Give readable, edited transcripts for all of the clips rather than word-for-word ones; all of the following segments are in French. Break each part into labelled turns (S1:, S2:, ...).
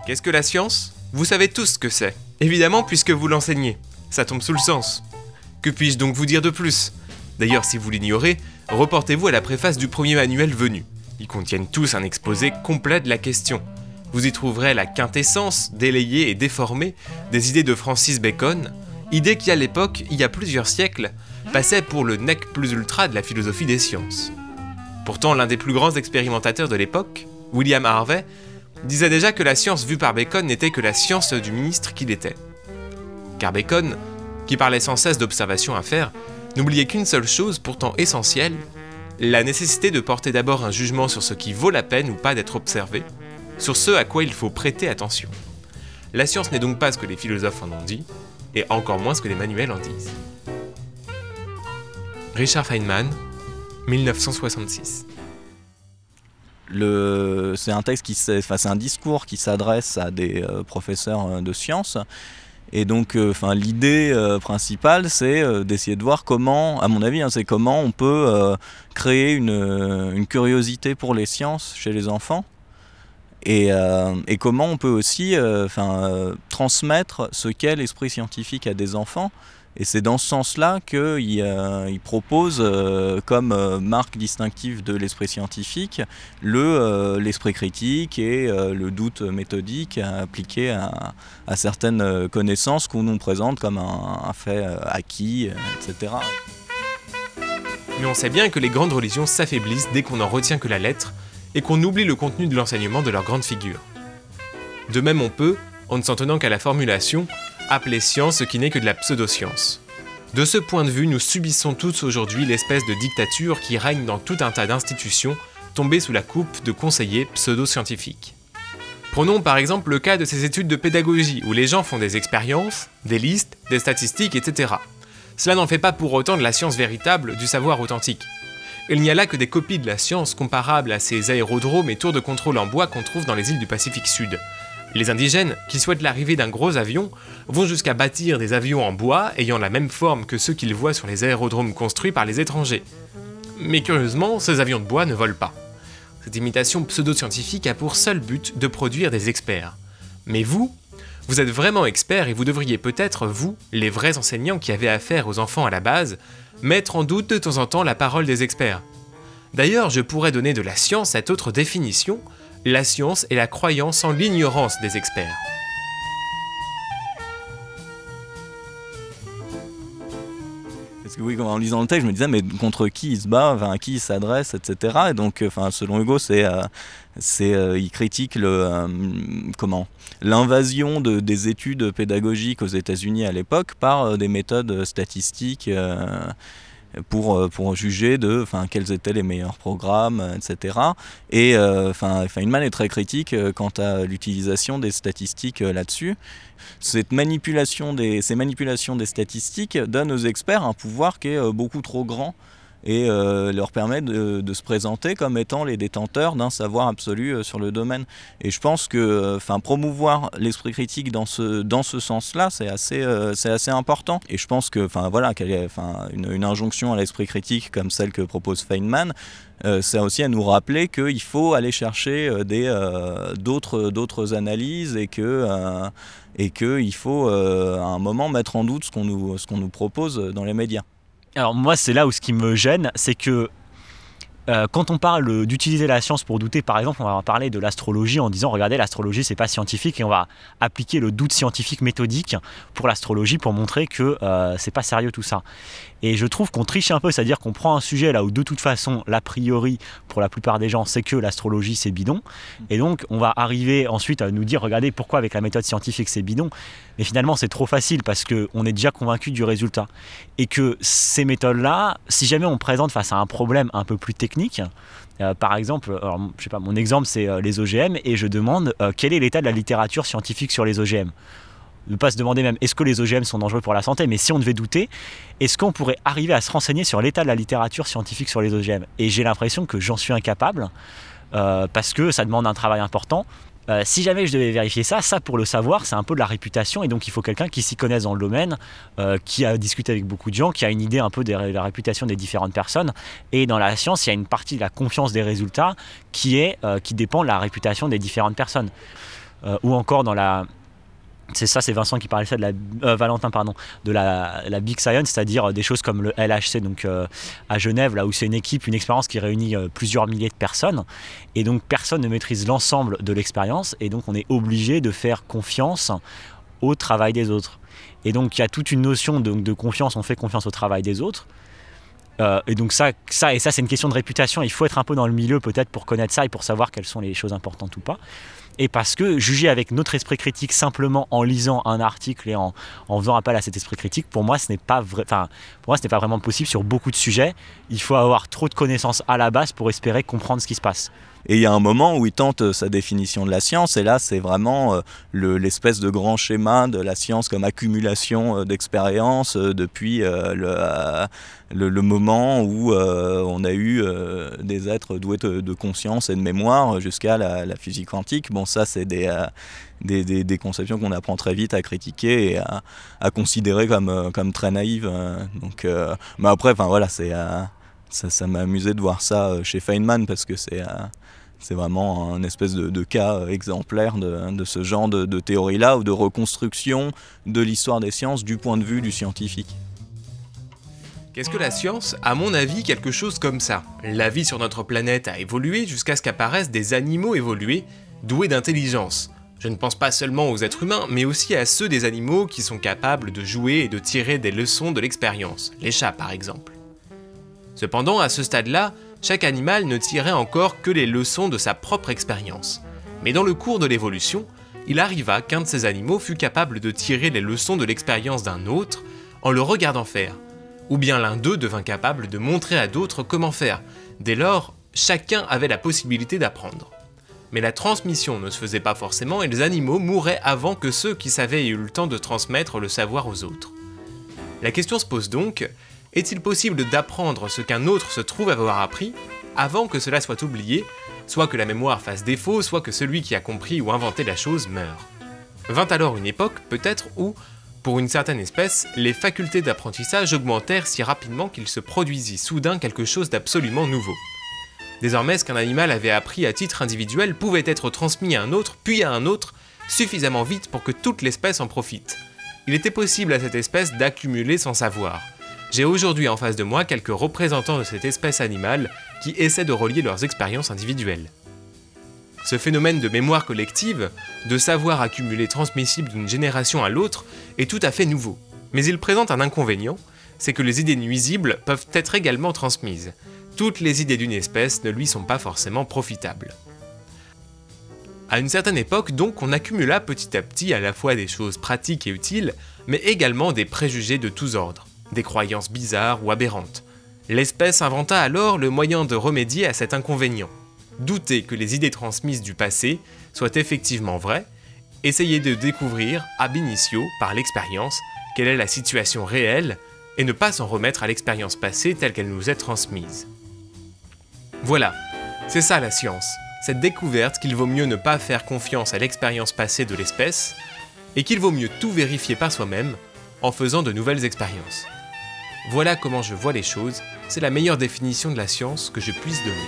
S1: Qu'est-ce que la science ? Vous savez tous ce que c'est. Évidemment, puisque vous l'enseignez. Ça tombe sous le sens. Que puis-je donc vous dire de plus ? D'ailleurs, si vous l'ignorez, reportez-vous à la préface du premier manuel venu. Ils contiennent tous un exposé complet de la question. Vous y trouverez la quintessence, délayée et déformée, des idées de Francis Bacon, idées qui à l'époque, il y a plusieurs siècles, passaient pour le nec plus ultra de la philosophie des sciences. Pourtant, l'un des plus grands expérimentateurs de l'époque, William Harvey, disait déjà que la science vue par Bacon n'était que la science du ministre qu'il était. Car Bacon, qui parlait sans cesse d'observations à faire, n'oubliait qu'une seule chose pourtant essentielle, la nécessité de porter d'abord un jugement sur ce qui vaut la peine ou pas d'être observé, sur ce à quoi il faut prêter attention. La science n'est donc pas ce que les philosophes en ont dit, et encore moins ce que les manuels en disent. Richard Feynman, 1966.
S2: C'est un texte c'est un discours qui s'adresse à des professeurs de sciences. Et donc, l'idée principale, c'est d'essayer de voir comment, à mon avis, c'est comment on peut créer une curiosité pour les sciences chez les enfants. Et comment on peut aussi transmettre ce qu'est l'esprit scientifique à des enfants. Et c'est dans ce sens-là qu'il propose, comme marque distinctive de l'esprit scientifique, l'esprit critique et le doute méthodique appliqué à certaines connaissances qu'on nous présente comme un fait acquis, etc.
S1: Mais on sait bien que les grandes religions s'affaiblissent dès qu'on n'en retient que la lettre, et qu'on oublie le contenu de l'enseignement de leurs grandes figures. De même on peut, en ne s'en tenant qu'à la formulation, appeler science ce qui n'est que de la pseudo-science. De ce point de vue, nous subissons tous aujourd'hui l'espèce de dictature qui règne dans tout un tas d'institutions tombées sous la coupe de conseillers pseudo-scientifiques. Prenons par exemple le cas de ces études de pédagogie où les gens font des expériences, des listes, des statistiques, etc. Cela n'en fait pas pour autant de la science véritable, du savoir authentique. Il n'y a là que des copies de la science comparables à ces aérodromes et tours de contrôle en bois qu'on trouve dans les îles du Pacifique Sud. Les indigènes, qui souhaitent l'arrivée d'un gros avion, vont jusqu'à bâtir des avions en bois ayant la même forme que ceux qu'ils voient sur les aérodromes construits par les étrangers. Mais curieusement, ces avions de bois ne volent pas. Cette imitation pseudo-scientifique a pour seul but de produire des experts. Mais vous êtes vraiment experts et vous devriez peut-être, vous, les vrais enseignants qui avez affaire aux enfants à la base, mettre en doute de temps en temps la parole des experts. D'ailleurs, je pourrais donner de la science cette autre définition. La science est la croyance en l'ignorance des experts.
S2: Parce que oui, en lisant le texte, je me disais, mais contre qui il se bat, à qui il s'adresse, etc. Et donc, selon Hugo, il critique l'invasion des études pédagogiques aux États-Unis à l'époque par des méthodes statistiques pour juger de quels étaient les meilleurs programmes, etc. Et Feynman est très critique quant à l'utilisation des statistiques là-dessus. Ces manipulations des statistiques donnent aux experts un pouvoir qui est beaucoup trop grand et leur permet de se présenter comme étant les détenteurs d'un savoir absolu sur le domaine. Et je pense que promouvoir l'esprit critique dans ce sens-là, c'est assez important. Et je pense que une injonction à l'esprit critique comme celle que propose Feynman, c'est aussi à nous rappeler qu'il faut aller chercher d'autres analyses et qu'il faut à un moment mettre en doute ce qu'on nous propose dans les médias.
S3: Alors moi, c'est là où ce qui me gêne, c'est que quand on parle d'utiliser la science pour douter, par exemple, on va parler de l'astrologie en disant, regardez, l'astrologie, c'est pas scientifique, et on va appliquer le doute scientifique méthodique pour l'astrologie pour montrer que c'est pas sérieux tout ça. Et je trouve qu'on triche un peu, c'est-à-dire qu'on prend un sujet là où de toute façon, l'a priori, pour la plupart des gens, c'est que l'astrologie c'est bidon. Et donc on va arriver ensuite à nous dire, regardez pourquoi avec la méthode scientifique c'est bidon. Mais finalement c'est trop facile parce qu'on est déjà convaincu du résultat. Et que ces méthodes-là, si jamais on présente face à un problème un peu plus technique, par exemple, alors, je sais pas, mon exemple c'est les OGM et je demande quel est l'état de la littérature scientifique sur les OGM. Ne pas se demander même est-ce que les OGM sont dangereux pour la santé, mais si on devait douter, est-ce qu'on pourrait arriver à se renseigner sur l'état de la littérature scientifique sur les OGM ? Et j'ai l'impression que j'en suis incapable parce que ça demande un travail important. Si jamais je devais vérifier ça pour le savoir, c'est un peu de la réputation et donc il faut quelqu'un qui s'y connaisse dans le domaine, qui a discuté avec beaucoup de gens, qui a une idée un peu de la réputation des différentes personnes. Et dans la science, il y a une partie de la confiance des résultats qui dépend de la réputation des différentes personnes. ou encore dans la... C'est Vincent qui parlait de ça, Valentin, pardon, de la Big Science, c'est-à-dire des choses comme le LHC, donc à Genève, là où c'est une expérience qui réunit plusieurs milliers de personnes, et donc personne ne maîtrise l'ensemble de l'expérience, et donc on est obligé de faire confiance au travail des autres. Et donc il y a toute une notion de confiance, on fait confiance au travail des autres, et donc ça c'est une question de réputation, il faut être un peu dans le milieu peut-être pour connaître ça et pour savoir quelles sont les choses importantes ou pas. Et parce que juger avec notre esprit critique simplement en lisant un article et en faisant appel à cet esprit critique, pour moi ce n'est pas vraiment possible sur beaucoup de sujets. Il faut avoir trop de connaissances à la base pour espérer comprendre ce qui se passe.
S2: Et il y a un moment où il tente sa définition de la science, et là c'est vraiment l'espèce de grand schéma de la science comme accumulation d'expériences depuis le moment où on a eu des êtres doués de conscience et de mémoire jusqu'à la physique quantique. Bon, ça c'est des conceptions qu'on apprend très vite à critiquer et à considérer comme très naïves. Mais après, voilà, ça m'a amusé de voir ça chez Feynman parce que c'est vraiment un espèce de cas exemplaire de ce genre de théorie-là ou de reconstruction de l'histoire des sciences du point de vue du scientifique.
S1: Qu'est-ce que la science ? À mon avis, quelque chose comme ça. La vie sur notre planète a évolué jusqu'à ce qu'apparaissent des animaux évolués, doués d'intelligence. Je ne pense pas seulement aux êtres humains, mais aussi à ceux des animaux qui sont capables de jouer et de tirer des leçons de l'expérience, les chats par exemple. Cependant, à ce stade-là, chaque animal ne tirait encore que les leçons de sa propre expérience. Mais dans le cours de l'évolution, il arriva qu'un de ces animaux fut capable de tirer les leçons de l'expérience d'un autre en le regardant faire. Ou bien l'un d'eux devint capable de montrer à d'autres comment faire. Dès lors, chacun avait la possibilité d'apprendre. Mais la transmission ne se faisait pas forcément et les animaux mouraient avant que ceux qui savaient aient eu le temps de transmettre le savoir aux autres. La question se pose donc, est-il possible d'apprendre ce qu'un autre se trouve avoir appris avant que cela soit oublié, soit que la mémoire fasse défaut, soit que celui qui a compris ou inventé la chose meure ? Vint alors une époque, peut-être, où, pour une certaine espèce, les facultés d'apprentissage augmentèrent si rapidement qu'il se produisit soudain quelque chose d'absolument nouveau. Désormais, ce qu'un animal avait appris à titre individuel pouvait être transmis à un autre, puis à un autre, suffisamment vite pour que toute l'espèce en profite. Il était possible à cette espèce d'accumuler son savoir. J'ai aujourd'hui en face de moi quelques représentants de cette espèce animale qui essaient de relier leurs expériences individuelles. Ce phénomène de mémoire collective, de savoir accumulé transmissible d'une génération à l'autre, est tout à fait nouveau. Mais il présente un inconvénient, c'est que les idées nuisibles peuvent être également transmises. Toutes les idées d'une espèce ne lui sont pas forcément profitables. À une certaine époque, donc, on accumula petit à petit à la fois des choses pratiques et utiles, mais également des préjugés de tous ordres, des croyances bizarres ou aberrantes. L'espèce inventa alors le moyen de remédier à cet inconvénient. Douter que les idées transmises du passé soient effectivement vraies, essayer de découvrir, ab initio, par l'expérience, quelle est la situation réelle, et ne pas s'en remettre à l'expérience passée telle qu'elle nous est transmise. Voilà, c'est ça la science, cette découverte qu'il vaut mieux ne pas faire confiance à l'expérience passée de l'espèce, et qu'il vaut mieux tout vérifier par soi-même en faisant de nouvelles expériences. Voilà comment je vois les choses, c'est la meilleure définition de la science que je puisse donner.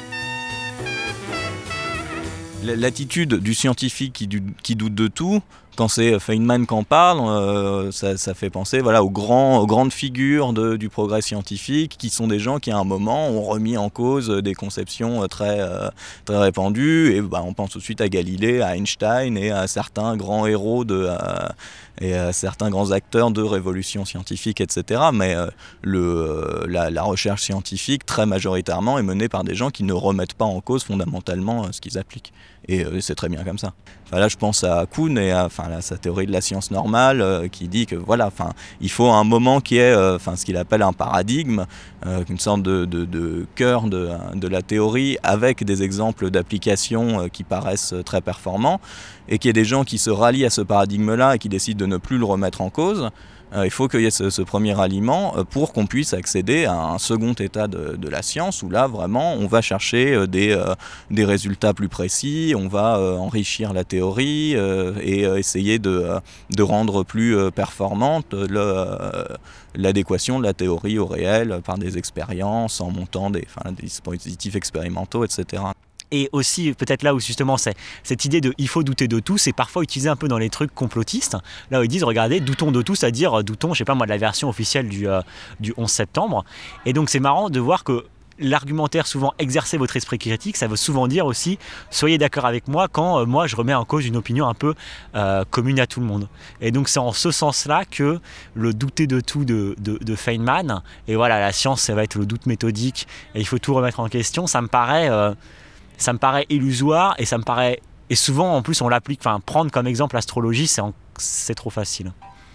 S2: L'attitude du scientifique qui doute de tout, quand c'est Feynman qui en parle, ça fait penser aux grandes figures du progrès scientifique, qui sont des gens qui à un moment ont remis en cause des conceptions très répandues. Et on pense tout de suite à Galilée, à Einstein et à certains grands héros et à certains grands acteurs de révolution scientifique, etc. Mais la recherche scientifique, très majoritairement, est menée par des gens qui ne remettent pas en cause fondamentalement ce qu'ils appliquent. Et c'est très bien comme ça. Là, je pense à Kuhn et à sa théorie de la science normale qui dit que il faut un moment qui est ce qu'il appelle un paradigme, une sorte de cœur de la théorie avec des exemples d'applications qui paraissent très performants et qu'il y ait des gens qui se rallient à ce paradigme-là et qui décident de ne plus le remettre en cause. Il faut qu'il y ait ce premier ralliement pour qu'on puisse accéder à un second état de la science où là vraiment on va chercher des résultats plus précis, on va enrichir la théorie et essayer de rendre plus performante l'adéquation de la théorie au réel par des expériences en montant des dispositifs expérimentaux, etc.
S3: Et aussi, peut-être là où justement c'est cette idée de il faut douter de tout, c'est parfois utilisé un peu dans les trucs complotistes. Là où ils disent, regardez, doutons de tout, c'est-à-dire doutons, je sais pas moi, de la version officielle du 11 septembre. Et donc c'est marrant de voir que l'argumentaire, souvent exercer votre esprit critique, ça veut souvent dire aussi soyez d'accord avec moi quand moi je remets en cause une opinion un peu commune à tout le monde. Et donc c'est en ce sens-là que le douter de tout de Feynman, et voilà, la science ça va être le doute méthodique et il faut tout remettre en question, ça me paraît illusoire et souvent en plus on l'applique, prendre comme exemple l'astrologie c'est trop facile.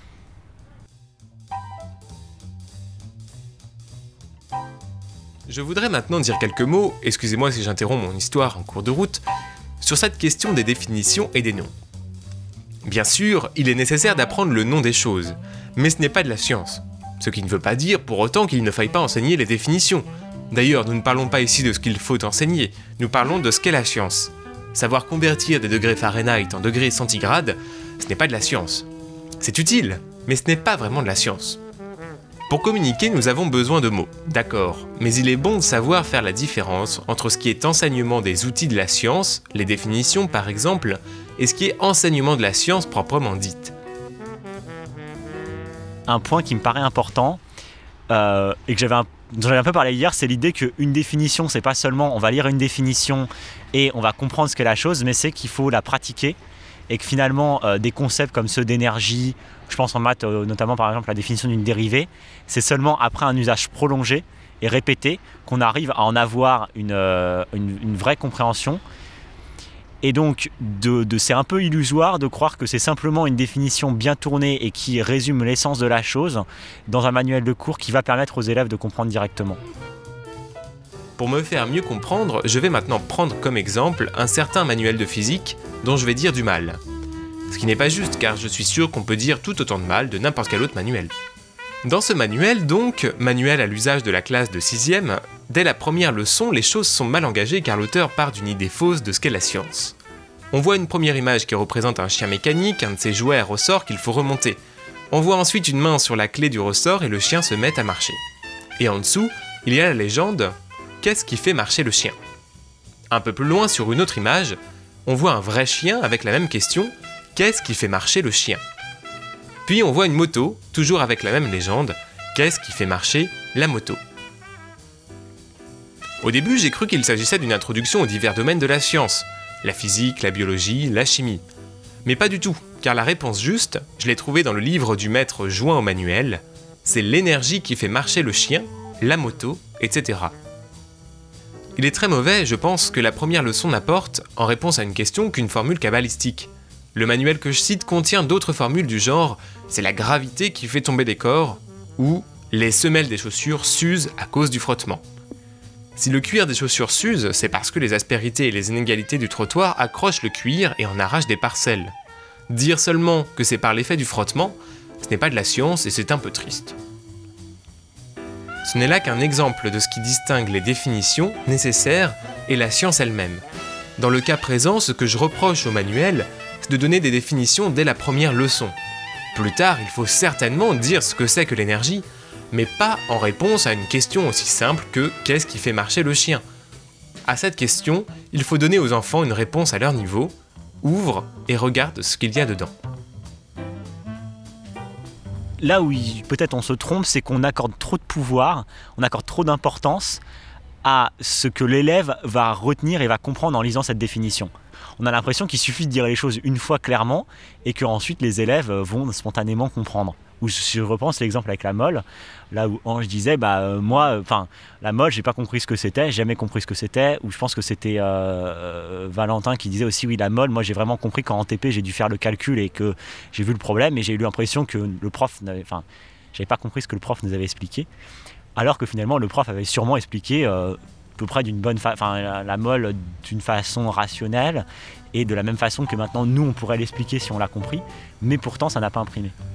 S1: Je voudrais maintenant dire quelques mots, excusez-moi si j'interromps mon histoire en cours de route, sur cette question des définitions et des noms. Bien sûr, il est nécessaire d'apprendre le nom des choses, mais ce n'est pas de la science. Ce qui ne veut pas dire pour autant qu'il ne faille pas enseigner les définitions. D'ailleurs, nous ne parlons pas ici de ce qu'il faut enseigner, nous parlons de ce qu'est la science. Savoir convertir des degrés Fahrenheit en degrés centigrades, ce n'est pas de la science. C'est utile, mais ce n'est pas vraiment de la science. Pour communiquer, nous avons besoin de mots, d'accord, mais il est bon de savoir faire la différence entre ce qui est enseignement des outils de la science, les définitions par exemple, et ce qui est enseignement de la science proprement dite.
S3: Un point qui me paraît important, et que dont j'avais un peu parlé hier, c'est l'idée qu'une définition, c'est pas seulement on va lire une définition et on va comprendre ce qu'est la chose, mais c'est qu'il faut la pratiquer et que finalement des concepts comme ceux d'énergie, je pense en maths notamment par exemple la définition d'une dérivée, c'est seulement après un usage prolongé et répété qu'on arrive à en avoir une vraie compréhension. Et donc c'est un peu illusoire de croire que c'est simplement une définition bien tournée et qui résume l'essence de la chose dans un manuel de cours qui va permettre aux élèves de comprendre directement.
S1: Pour me faire mieux comprendre, je vais maintenant prendre comme exemple un certain manuel de physique dont je vais dire du mal. Ce qui n'est pas juste car je suis sûr qu'on peut dire tout autant de mal de n'importe quel autre manuel. Dans ce manuel donc, manuel à l'usage de la classe de 6e, dès la première leçon, les choses sont mal engagées car l'auteur part d'une idée fausse de ce qu'est la science. On voit une première image qui représente un chien mécanique, un de ses jouets à ressort qu'il faut remonter. On voit ensuite une main sur la clé du ressort et le chien se met à marcher. Et en dessous, il y a la légende « Qu'est-ce qui fait marcher le chien ?» Un peu plus loin sur une autre image, on voit un vrai chien avec la même question « Qu'est-ce qui fait marcher le chien ?» Puis on voit une moto, toujours avec la même légende, qu'est-ce qui fait marcher la moto ? Au début, j'ai cru qu'il s'agissait d'une introduction aux divers domaines de la science, la physique, la biologie, la chimie. Mais pas du tout, car la réponse juste, je l'ai trouvée dans le livre du maître joint au manuel, c'est l'énergie qui fait marcher le chien, la moto, etc. Il est très mauvais, je pense, que la première leçon n'apporte, en réponse à une question, qu'une formule kabbalistique. Le manuel que je cite contient d'autres formules du genre « c'est la gravité qui fait tomber des corps » ou « les semelles des chaussures s'usent à cause du frottement ». Si le cuir des chaussures s'use, c'est parce que les aspérités et les inégalités du trottoir accrochent le cuir et en arrachent des parcelles. Dire seulement que c'est par l'effet du frottement, ce n'est pas de la science et c'est un peu triste. Ce n'est là qu'un exemple de ce qui distingue les définitions nécessaires et la science elle-même. Dans le cas présent, ce que je reproche au manuel, c'est de donner des définitions dès la première leçon. Plus tard, il faut certainement dire ce que c'est que l'énergie, mais pas en réponse à une question aussi simple que « qu'est-ce qui fait marcher le chien ?» À cette question, il faut donner aux enfants une réponse à leur niveau, ouvre et regarde ce qu'il y a dedans.
S3: Là où peut-être on se trompe, c'est qu'on accorde trop de pouvoir, on accorde trop d'importance à ce que l'élève va retenir et va comprendre en lisant cette définition. On a l'impression qu'il suffit de dire les choses une fois clairement et qu'ensuite les élèves vont spontanément comprendre. Ou si je repense l'exemple avec la mole, là où Ange disait la mole, j'ai pas compris ce que c'était, j'ai jamais compris ce que c'était, ou je pense que c'était Valentin qui disait aussi oui la mole, moi j'ai vraiment compris quand en TP j'ai dû faire le calcul et que j'ai vu le problème et j'ai eu l'impression que le prof j'avais pas compris ce que le prof nous avait expliqué, alors que finalement le prof avait sûrement expliqué à peu près la mole d'une façon rationnelle et de la même façon que maintenant nous on pourrait l'expliquer si on l'a compris, mais pourtant ça n'a pas imprimé.